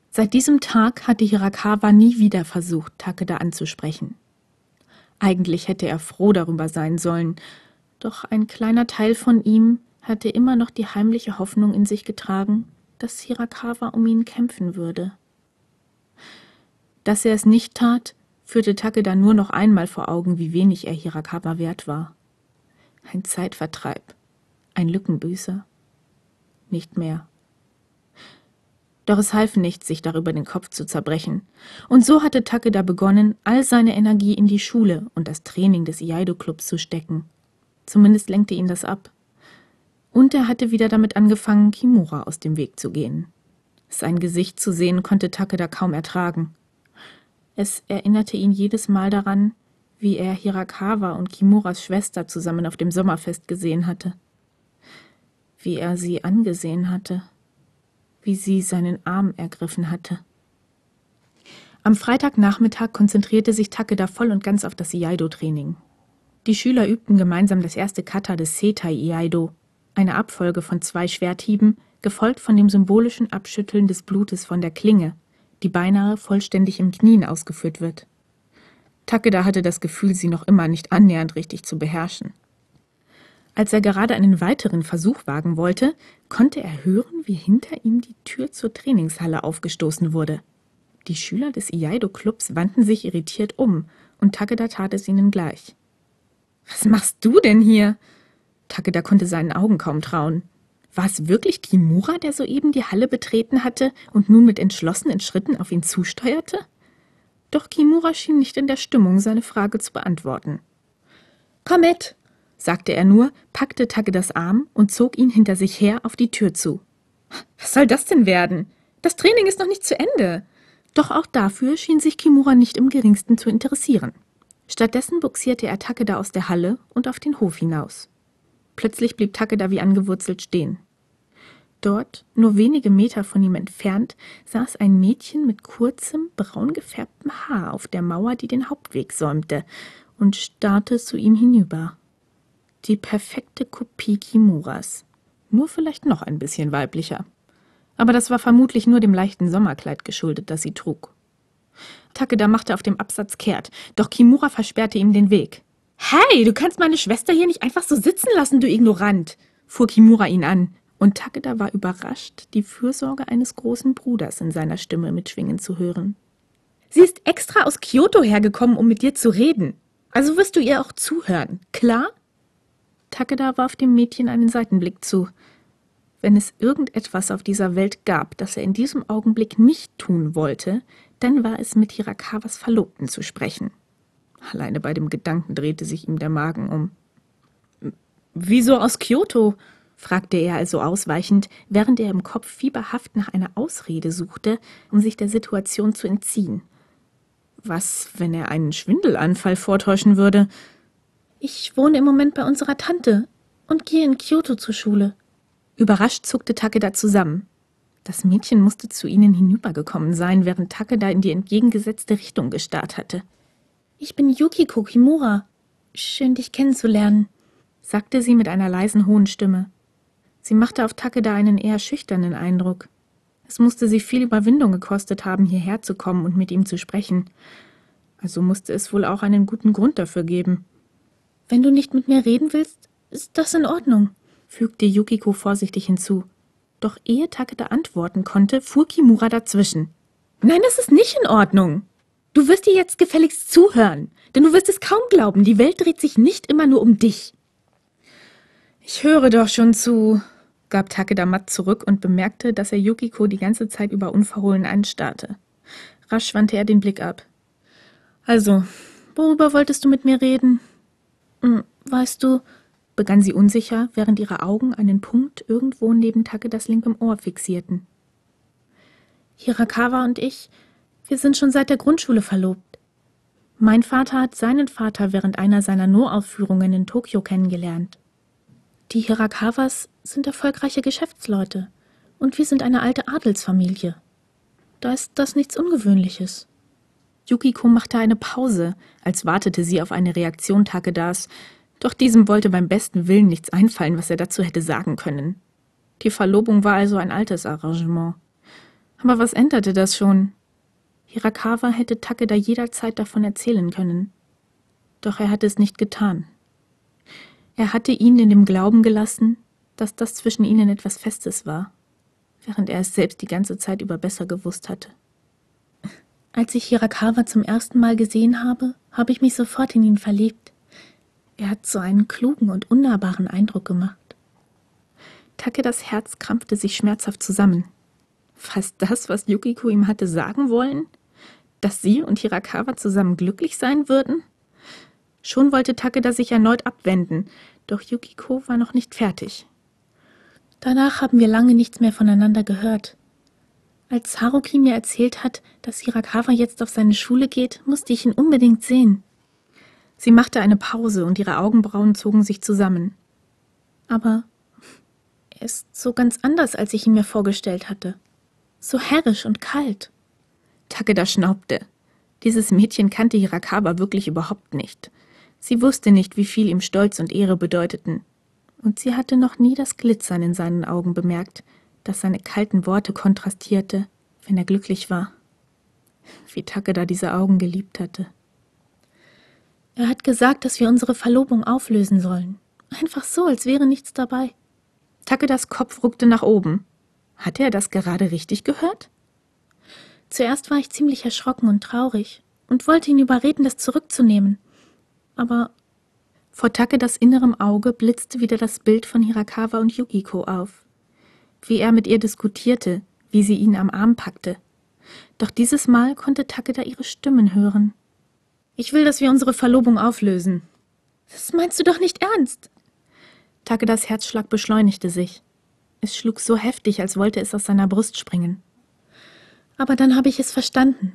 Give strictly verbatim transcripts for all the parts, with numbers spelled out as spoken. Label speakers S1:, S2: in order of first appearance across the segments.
S1: Seit diesem Tag hatte Hirakawa nie wieder versucht, Takeda anzusprechen. Eigentlich hätte er froh darüber sein sollen, doch ein kleiner Teil von ihm hatte immer noch die heimliche Hoffnung in sich getragen, dass Hirakawa um ihn kämpfen würde. Dass er es nicht tat, führte Takeda nur noch einmal vor Augen, wie wenig er Hirakawa wert war. Ein Zeitvertreib, ein Lückenbüßer. Nicht mehr. Doch es half nichts, sich darüber den Kopf zu zerbrechen. Und so hatte Takeda begonnen, all seine Energie in die Schule und das Training des Iaido-Clubs zu stecken. Zumindest lenkte ihn das ab. Und er hatte wieder damit angefangen, Kimura aus dem Weg zu gehen. Sein Gesicht zu sehen, konnte Takeda kaum ertragen. Es erinnerte ihn jedes Mal daran, wie er Hirakawa und Kimuras Schwester zusammen auf dem Sommerfest gesehen hatte. Wie er sie angesehen hatte. Wie sie seinen Arm ergriffen hatte. Am Freitagnachmittag konzentrierte sich Takeda voll und ganz auf das Iaido-Training. Die Schüler übten gemeinsam das erste Kata des Setai Iaido, eine Abfolge von zwei Schwerthieben, gefolgt von dem symbolischen Abschütteln des Blutes von der Klinge, die beinahe vollständig im Knien ausgeführt wird. Takeda hatte das Gefühl, sie noch immer nicht annähernd richtig zu beherrschen. Als er gerade einen weiteren Versuch wagen wollte, konnte er hören, wie hinter ihm die Tür zur Trainingshalle aufgestoßen wurde. Die Schüler des Iaido-Clubs wandten sich irritiert um, und Takeda tat es ihnen gleich. »Was machst du denn hier?« Takeda konnte seinen Augen kaum trauen. War es wirklich Kimura, der soeben die Halle betreten hatte und nun mit entschlossenen Schritten auf ihn zusteuerte? Doch Kimura schien nicht in der Stimmung, seine Frage zu beantworten. »Komm mit«, sagte er nur, packte Takedas Arm und zog ihn hinter sich her auf die Tür zu. »Was soll das denn werden? Das Training ist noch nicht zu Ende.« Doch auch dafür schien sich Kimura nicht im geringsten zu interessieren. Stattdessen buxierte er Takeda aus der Halle und auf den Hof hinaus. Plötzlich blieb Takeda wie angewurzelt stehen. Dort, nur wenige Meter von ihm entfernt, saß ein Mädchen mit kurzem, braun gefärbtem Haar auf der Mauer, die den Hauptweg säumte, und starrte zu ihm hinüber. Die perfekte Kopie Kimuras. Nur vielleicht noch ein bisschen weiblicher. Aber das war vermutlich nur dem leichten Sommerkleid geschuldet, das sie trug. Takeda machte auf dem Absatz kehrt, doch Kimura versperrte ihm den Weg. »Hey, du kannst meine Schwester hier nicht einfach so sitzen lassen, du Ignorant«, fuhr Kimura ihn an, und Takeda war überrascht, die Fürsorge eines großen Bruders in seiner Stimme mitschwingen zu hören. »Sie ist extra aus Kyoto hergekommen, um mit dir zu reden. Also wirst du ihr auch zuhören, klar?« Takeda warf dem Mädchen einen Seitenblick zu. Wenn es irgendetwas auf dieser Welt gab, das er in diesem Augenblick nicht tun wollte, dann war es mit Hirakawas Verlobten zu sprechen. Alleine bei dem Gedanken drehte sich ihm der Magen um. »Wieso aus Kyoto?« fragte er also ausweichend, während er im Kopf fieberhaft nach einer Ausrede suchte, um sich der Situation zu entziehen. Was, wenn er einen Schwindelanfall vortäuschen würde? »Ich wohne im Moment bei unserer Tante und gehe in Kyoto zur Schule.« Überrascht zuckte Takeda zusammen. Das Mädchen musste zu ihnen hinübergekommen sein, während Takeda in die entgegengesetzte Richtung gestarrt hatte. »Ich bin Yukiko Kimura. Schön, dich kennenzulernen«, sagte sie mit einer leisen, hohen Stimme. Sie machte auf Takeda einen eher schüchternen Eindruck. Es musste sie viel Überwindung gekostet haben, hierher zu kommen und mit ihm zu sprechen. Also musste es wohl auch einen guten Grund dafür geben. »Wenn du nicht mit mir reden willst, ist das in Ordnung«, fügte Yukiko vorsichtig hinzu. Doch ehe Takeda antworten konnte, fuhr Kimura dazwischen. »Nein, das ist nicht in Ordnung. Du wirst dir jetzt gefälligst zuhören, denn du wirst es kaum glauben, die Welt dreht sich nicht immer nur um dich.« »Ich höre doch schon zu«, gab Takeda matt zurück und bemerkte, dass er Yukiko die ganze Zeit über unverhohlen anstarrte. Rasch wandte er den Blick ab. »Also, worüber wolltest du mit mir reden?« »Hm, weißt du«, begann sie unsicher, während ihre Augen einen Punkt irgendwo neben Takedas linkem Ohr fixierten. »Hirakawa und ich, wir sind schon seit der Grundschule verlobt. Mein Vater hat seinen Vater während einer seiner No-Aufführungen in Tokio kennengelernt. Die Hirakawas sind erfolgreiche Geschäftsleute und wir sind eine alte Adelsfamilie. Da ist das nichts Ungewöhnliches.« Yukiko machte eine Pause, als wartete sie auf eine Reaktion Takedas, doch diesem wollte beim besten Willen nichts einfallen, was er dazu hätte sagen können. Die Verlobung war also ein altes Arrangement. Aber was änderte das schon? Hirakawa hätte Takeda jederzeit davon erzählen können. Doch er hatte es nicht getan. Er hatte ihn in dem Glauben gelassen, dass das zwischen ihnen etwas Festes war, während er es selbst die ganze Zeit über besser gewusst hatte. Als ich Hirakawa zum ersten Mal gesehen habe, habe ich mich sofort in ihn verliebt. Er hat so einen klugen und unnahbaren Eindruck gemacht. Takedas Herz krampfte sich schmerzhaft zusammen. Fast das, was Yukiko ihm hatte sagen wollen? Dass sie und Hirakawa zusammen glücklich sein würden? Schon wollte Takeda sich erneut abwenden, doch Yukiko war noch nicht fertig. Danach haben wir lange nichts mehr voneinander gehört. Als Haruki mir erzählt hat, dass Hirakawa jetzt auf seine Schule geht, musste ich ihn unbedingt sehen. Sie machte eine Pause und ihre Augenbrauen zogen sich zusammen. Aber er ist so ganz anders, als ich ihn mir vorgestellt hatte. So herrisch und kalt. Takeda schnaubte. Dieses Mädchen kannte Hirakawa wirklich überhaupt nicht. Sie wusste nicht, wie viel ihm Stolz und Ehre bedeuteten. Und sie hatte noch nie das Glitzern in seinen Augen bemerkt, das seine kalten Worte kontrastierte, wenn er glücklich war. Wie Takeda diese Augen geliebt hatte. Er hat gesagt, dass wir unsere Verlobung auflösen sollen. Einfach so, als wäre nichts dabei. Takedas Kopf ruckte nach oben. Hatte er das gerade richtig gehört? Zuerst war ich ziemlich erschrocken und traurig und wollte ihn überreden, das zurückzunehmen. Aber vor Takedas innerem Auge blitzte wieder das Bild von Hirakawa und Yukiko auf. Wie er mit ihr diskutierte, wie sie ihn am Arm packte. Doch dieses Mal konnte Takeda ihre Stimmen hören. Ich will, dass wir unsere Verlobung auflösen. Das meinst du doch nicht ernst? Takedas Herzschlag beschleunigte sich. Es schlug so heftig, als wollte es aus seiner Brust springen. Aber dann habe ich es verstanden.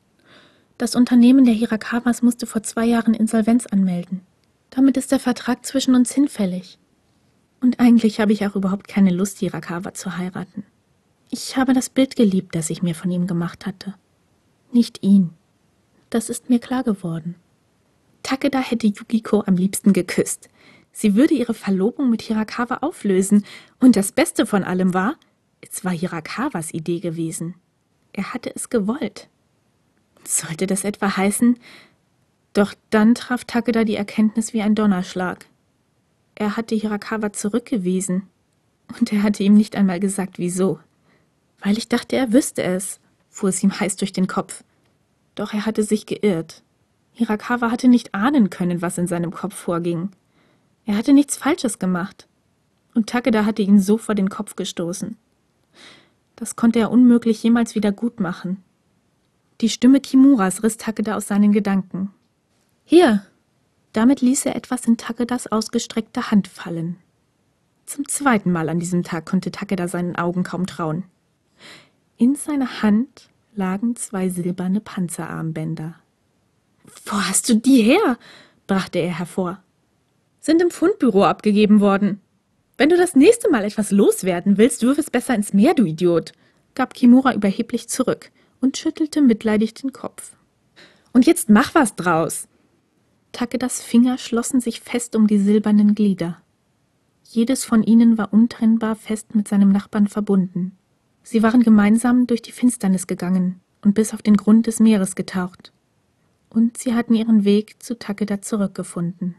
S1: Das Unternehmen der Hirakawas musste vor zwei Jahren Insolvenz anmelden. Damit ist der Vertrag zwischen uns hinfällig. Und eigentlich habe ich auch überhaupt keine Lust, Hirakawa zu heiraten. Ich habe das Bild geliebt, das ich mir von ihm gemacht hatte. Nicht ihn. Das ist mir klar geworden. Takeda hätte Yukiko am liebsten geküsst. Sie würde ihre Verlobung mit Hirakawa auflösen. Und das Beste von allem war, es war Hirakawas Idee gewesen. Er hatte es gewollt. Sollte das etwa heißen? Doch dann traf Takeda die Erkenntnis wie ein Donnerschlag. Er hatte Hirakawa zurückgewiesen. Und er hatte ihm nicht einmal gesagt, wieso. Weil ich dachte, er wüsste es, fuhr es ihm heiß durch den Kopf. Doch er hatte sich geirrt. Hirakawa hatte nicht ahnen können, was in seinem Kopf vorging. Er hatte nichts Falsches gemacht. Und Takeda hatte ihn so vor den Kopf gestoßen. Das konnte er unmöglich jemals wieder gut machen. Die Stimme Kimuras riss Takeda aus seinen Gedanken. Hier! Damit ließ er etwas in Takedas ausgestreckter Hand fallen. Zum zweiten Mal an diesem Tag konnte Takeda seinen Augen kaum trauen. In seiner Hand lagen zwei silberne Panzerarmbänder. »Wo hast du die her?« brachte er hervor. »Sind im Fundbüro abgegeben worden. Wenn du das nächste Mal etwas loswerden willst, wirf es besser ins Meer, du Idiot«, gab Kimura überheblich zurück und schüttelte mitleidig den Kopf. »Und jetzt mach was draus!« Takedas Finger schlossen sich fest um die silbernen Glieder. Jedes von ihnen war untrennbar fest mit seinem Nachbarn verbunden. Sie waren gemeinsam durch die Finsternis gegangen und bis auf den Grund des Meeres getaucht. Und sie hatten ihren Weg zu Takeda zurückgefunden.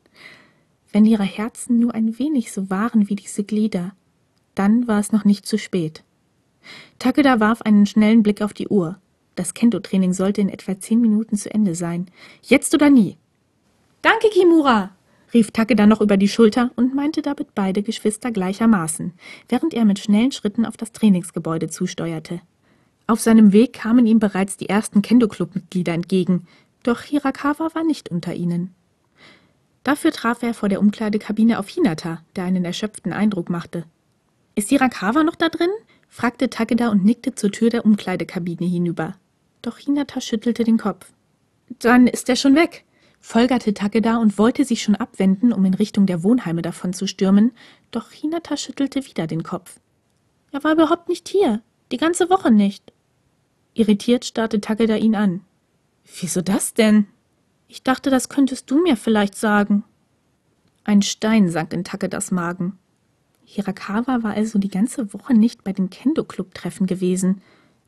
S1: Wenn ihre Herzen nur ein wenig so waren wie diese Glieder, dann war es noch nicht zu spät. Takeda warf einen schnellen Blick auf die Uhr. Das Kendo-Training sollte in etwa zehn Minuten zu Ende sein. Jetzt oder nie. »Danke, Kimura«, rief Takeda noch über die Schulter und meinte damit beide Geschwister gleichermaßen, während er mit schnellen Schritten auf das Trainingsgebäude zusteuerte. Auf seinem Weg kamen ihm bereits die ersten Kendo-Club-Mitglieder entgegen, doch Hirakawa war nicht unter ihnen. Dafür traf er vor der Umkleidekabine auf Hinata, der einen erschöpften Eindruck machte. »Ist Hirakawa noch da drin?« fragte Takeda und nickte zur Tür der Umkleidekabine hinüber. Doch Hinata schüttelte den Kopf. »Dann ist er schon weg«, folgerte Takeda und wollte sich schon abwenden, um in Richtung der Wohnheime davon zu stürmen, doch Hinata schüttelte wieder den Kopf. »Er war überhaupt nicht hier, die ganze Woche nicht.« Irritiert starrte Takeda ihn an. »Wieso das denn?« »Ich dachte, das könntest du mir vielleicht sagen.« Ein Stein sank in Takedas Magen. Hirakawa war also die ganze Woche nicht bei den Kendo-Club-Treffen gewesen.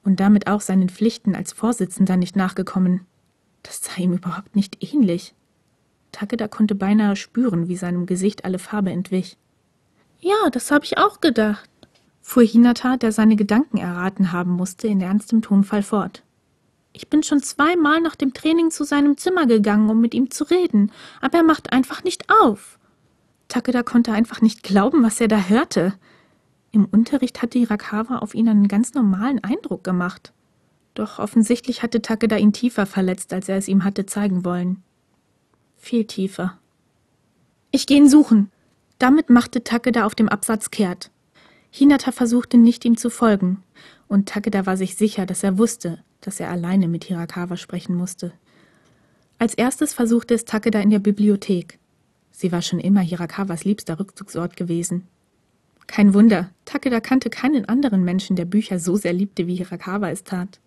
S1: und damit auch seinen Pflichten als Vorsitzender nicht nachgekommen. Das sei ihm überhaupt nicht ähnlich. Takeda konnte beinahe spüren, wie seinem Gesicht alle Farbe entwich. »Ja, das habe ich auch gedacht«, fuhr Hinata, der seine Gedanken erraten haben musste, in ernstem Tonfall fort. »Ich bin schon zweimal nach dem Training zu seinem Zimmer gegangen, um mit ihm zu reden, aber er macht einfach nicht auf.« Takeda konnte einfach nicht glauben, was er da hörte. Im Unterricht hatte Hirakawa auf ihn einen ganz normalen Eindruck gemacht. Doch offensichtlich hatte Takeda ihn tiefer verletzt, als er es ihm hatte zeigen wollen. Viel tiefer. »Ich gehe ihn suchen!« Damit machte Takeda auf dem Absatz kehrt. Hinata versuchte nicht, ihm zu folgen, und Takeda war sich sicher, dass er wusste, dass er alleine mit Hirakawa sprechen musste. Als erstes versuchte es Takeda in der Bibliothek. Sie war schon immer Hirakawas liebster Rückzugsort gewesen. Kein Wunder, Takeda kannte keinen anderen Menschen, der Bücher so sehr liebte, wie Hirakawa es tat.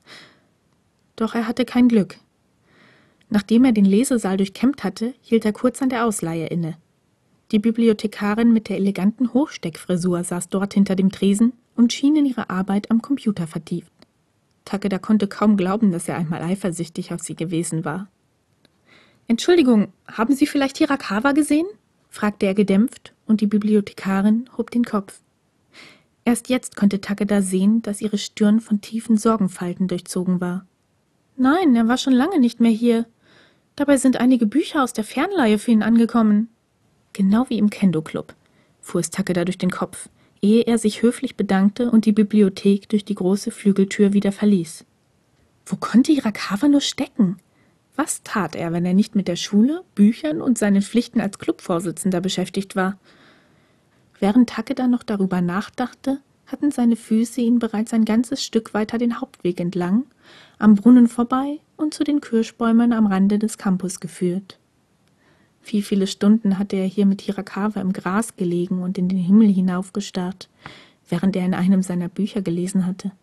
S1: Doch er hatte kein Glück. Nachdem er den Lesesaal durchkämmt hatte, hielt er kurz an der Ausleihe inne. Die Bibliothekarin mit der eleganten Hochsteckfrisur saß dort hinter dem Tresen und schien in ihre Arbeit am Computer vertieft. Takeda konnte kaum glauben, dass er einmal eifersüchtig auf sie gewesen war. »Entschuldigung, haben Sie vielleicht Hirakawa gesehen?« fragte er gedämpft, und die Bibliothekarin hob den Kopf. Erst jetzt konnte Takeda sehen, dass ihre Stirn von tiefen Sorgenfalten durchzogen war. »Nein, er war schon lange nicht mehr hier. Dabei sind einige Bücher aus der Fernleihe für ihn angekommen.« Genau wie im Kendo-Club, fuhr es Takeda durch den Kopf, ehe er sich höflich bedankte und die Bibliothek durch die große Flügeltür wieder verließ. Wo konnte Hirakawa nur stecken? Was tat er, wenn er nicht mit der Schule, Büchern und seinen Pflichten als Clubvorsitzender beschäftigt war? Während Takeda noch darüber nachdachte, hatten seine Füße ihn bereits ein ganzes Stück weiter den Hauptweg entlang, am Brunnen vorbei und zu den Kirschbäumen am Rande des Campus geführt. Wie viele Stunden hatte er hier mit Hirakawa im Gras gelegen und in den Himmel hinaufgestarrt, während er in einem seiner Bücher gelesen hatte.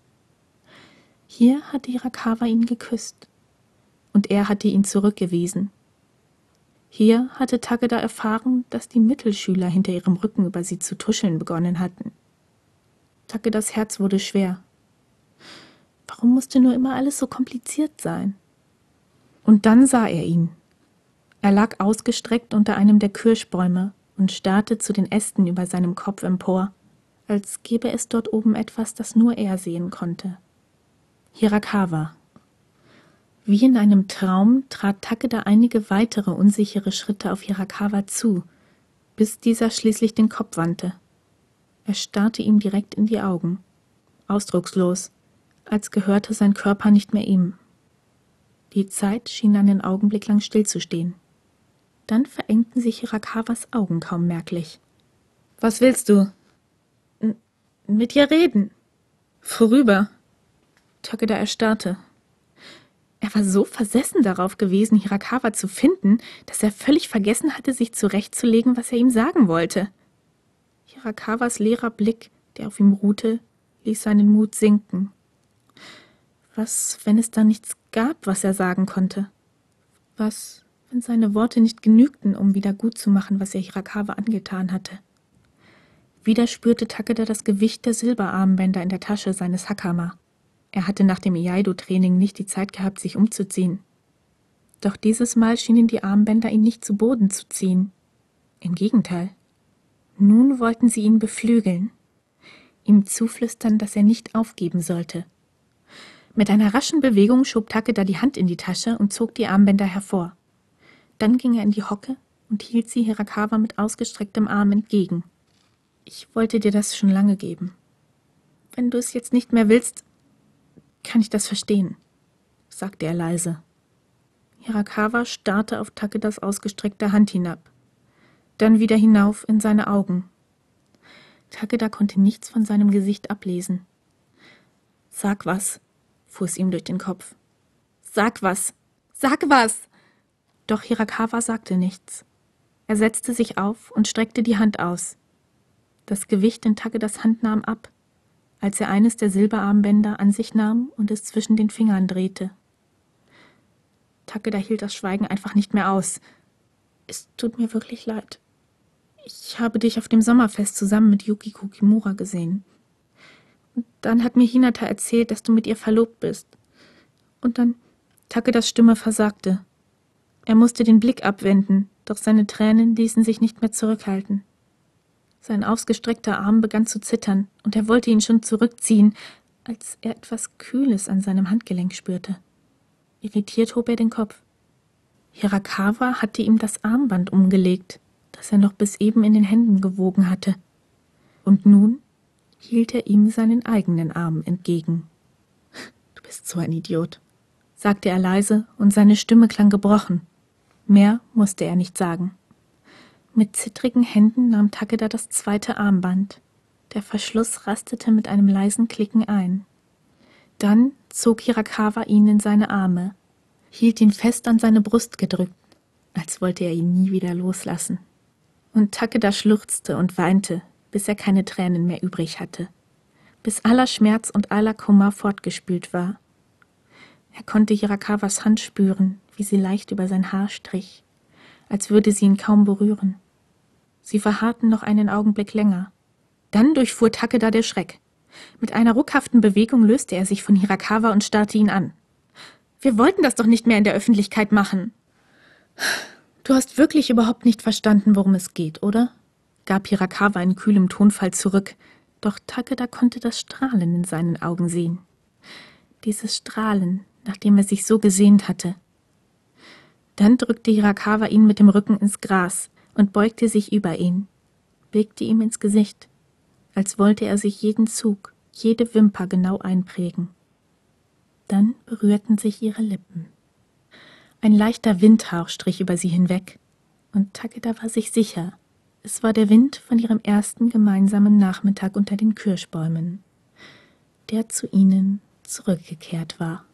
S1: Hier hatte Hirakawa ihn geküsst, und er hatte ihn zurückgewiesen. Hier hatte Takeda erfahren, dass die Mittelschüler hinter ihrem Rücken über sie zu tuscheln begonnen hatten. Takedas Herz wurde schwer. Warum musste nur immer alles so kompliziert sein? Und dann sah er ihn. Er lag ausgestreckt unter einem der Kirschbäume und starrte zu den Ästen über seinem Kopf empor, als gäbe es dort oben etwas, das nur er sehen konnte. Hirakawa. Wie in einem Traum trat Takeda einige weitere unsichere Schritte auf Hirakawa zu, bis dieser schließlich den Kopf wandte. Er starrte ihm direkt in die Augen, ausdruckslos, als gehörte sein Körper nicht mehr ihm. Die Zeit schien einen Augenblick lang stillzustehen. Dann verengten sich Hirakawas Augen kaum merklich. »Was willst du?« N- »Mit dir reden.« »Vorüber.« Takeda erstarrte. Er war so versessen darauf gewesen, Hirakawa zu finden, dass er völlig vergessen hatte, sich zurechtzulegen, was er ihm sagen wollte. Hirakawas leerer Blick, der auf ihm ruhte, ließ seinen Mut sinken. Was, wenn es da nichts gab, was er sagen konnte? Was, wenn seine Worte nicht genügten, um wieder gutzumachen, was er Hirakawa angetan hatte? Wieder spürte Takeda das Gewicht der Silberarmbänder in der Tasche seines Hakama. Er hatte nach dem Iaido-Training nicht die Zeit gehabt, sich umzuziehen. Doch dieses Mal schienen die Armbänder ihn nicht zu Boden zu ziehen. Im Gegenteil. Nun wollten sie ihn beflügeln, ihm zuflüstern, dass er nicht aufgeben sollte. Mit einer raschen Bewegung schob Takeda die Hand in die Tasche und zog die Armbänder hervor. Dann ging er in die Hocke und hielt sie Hirakawa mit ausgestrecktem Arm entgegen. »Ich wollte dir das schon lange geben. Wenn du es jetzt nicht mehr willst, kann ich das verstehen«, sagte er leise. Hirakawa starrte auf Takedas ausgestreckte Hand hinab, dann wieder hinauf in seine Augen. Takeda konnte nichts von seinem Gesicht ablesen. »Sag was«, fuhr es ihm durch den Kopf. »Sag was! Sag was!« Doch Hirakawa sagte nichts. Er setzte sich auf und streckte die Hand aus. Das Gewicht in Takedas Hand nahm ab, als er eines der Silberarmbänder an sich nahm und es zwischen den Fingern drehte. Takeda hielt das Schweigen einfach nicht mehr aus. »Es tut mir wirklich leid. Ich habe dich auf dem Sommerfest zusammen mit Yukiko Kimura gesehen. Und Dann hat mir Hinata erzählt, dass du mit ihr verlobt bist. Und dann Takedas Stimme versagte. Er musste den Blick abwenden, doch seine Tränen ließen sich nicht mehr zurückhalten. Sein ausgestreckter Arm begann zu zittern, und er wollte ihn schon zurückziehen, als er etwas Kühles an seinem Handgelenk spürte. Irritiert hob er den Kopf. Hirakawa hatte ihm das Armband umgelegt, das er noch bis eben in den Händen gewogen hatte. Und nun hielt er ihm seinen eigenen Arm entgegen. »Du bist so ein Idiot«, sagte er leise, und seine Stimme klang gebrochen. Mehr musste er nicht sagen. Mit zittrigen Händen nahm Takeda das zweite Armband. Der Verschluss rastete mit einem leisen Klicken ein. Dann zog Hirakawa ihn in seine Arme, hielt ihn fest an seine Brust gedrückt, als wollte er ihn nie wieder loslassen. Und Takeda schluchzte und weinte, bis er keine Tränen mehr übrig hatte, bis aller Schmerz und aller Kummer fortgespült war. Er konnte Hirakawas Hand spüren, wie sie leicht über sein Haar strich, als würde sie ihn kaum berühren. Sie verharrten noch einen Augenblick länger. Dann durchfuhr Takeda der Schreck. Mit einer ruckhaften Bewegung löste er sich von Hirakawa und starrte ihn an. »Wir wollten das doch nicht mehr in der Öffentlichkeit machen.« »Du hast wirklich überhaupt nicht verstanden, worum es geht, oder?« gab Hirakawa in kühlem Tonfall zurück, doch Takeda konnte das Strahlen in seinen Augen sehen. Dieses Strahlen, nach dem er sich so gesehnt hatte. Dann drückte Hirakawa ihn mit dem Rücken ins Gras und beugte sich über ihn, blickte ihm ins Gesicht, als wollte er sich jeden Zug, jede Wimper genau einprägen. Dann berührten sich ihre Lippen. Ein leichter Windhauch strich über sie hinweg, und Takeda war sich sicher, es war der Wind von ihrem ersten gemeinsamen Nachmittag unter den Kirschbäumen, der zu ihnen zurückgekehrt war.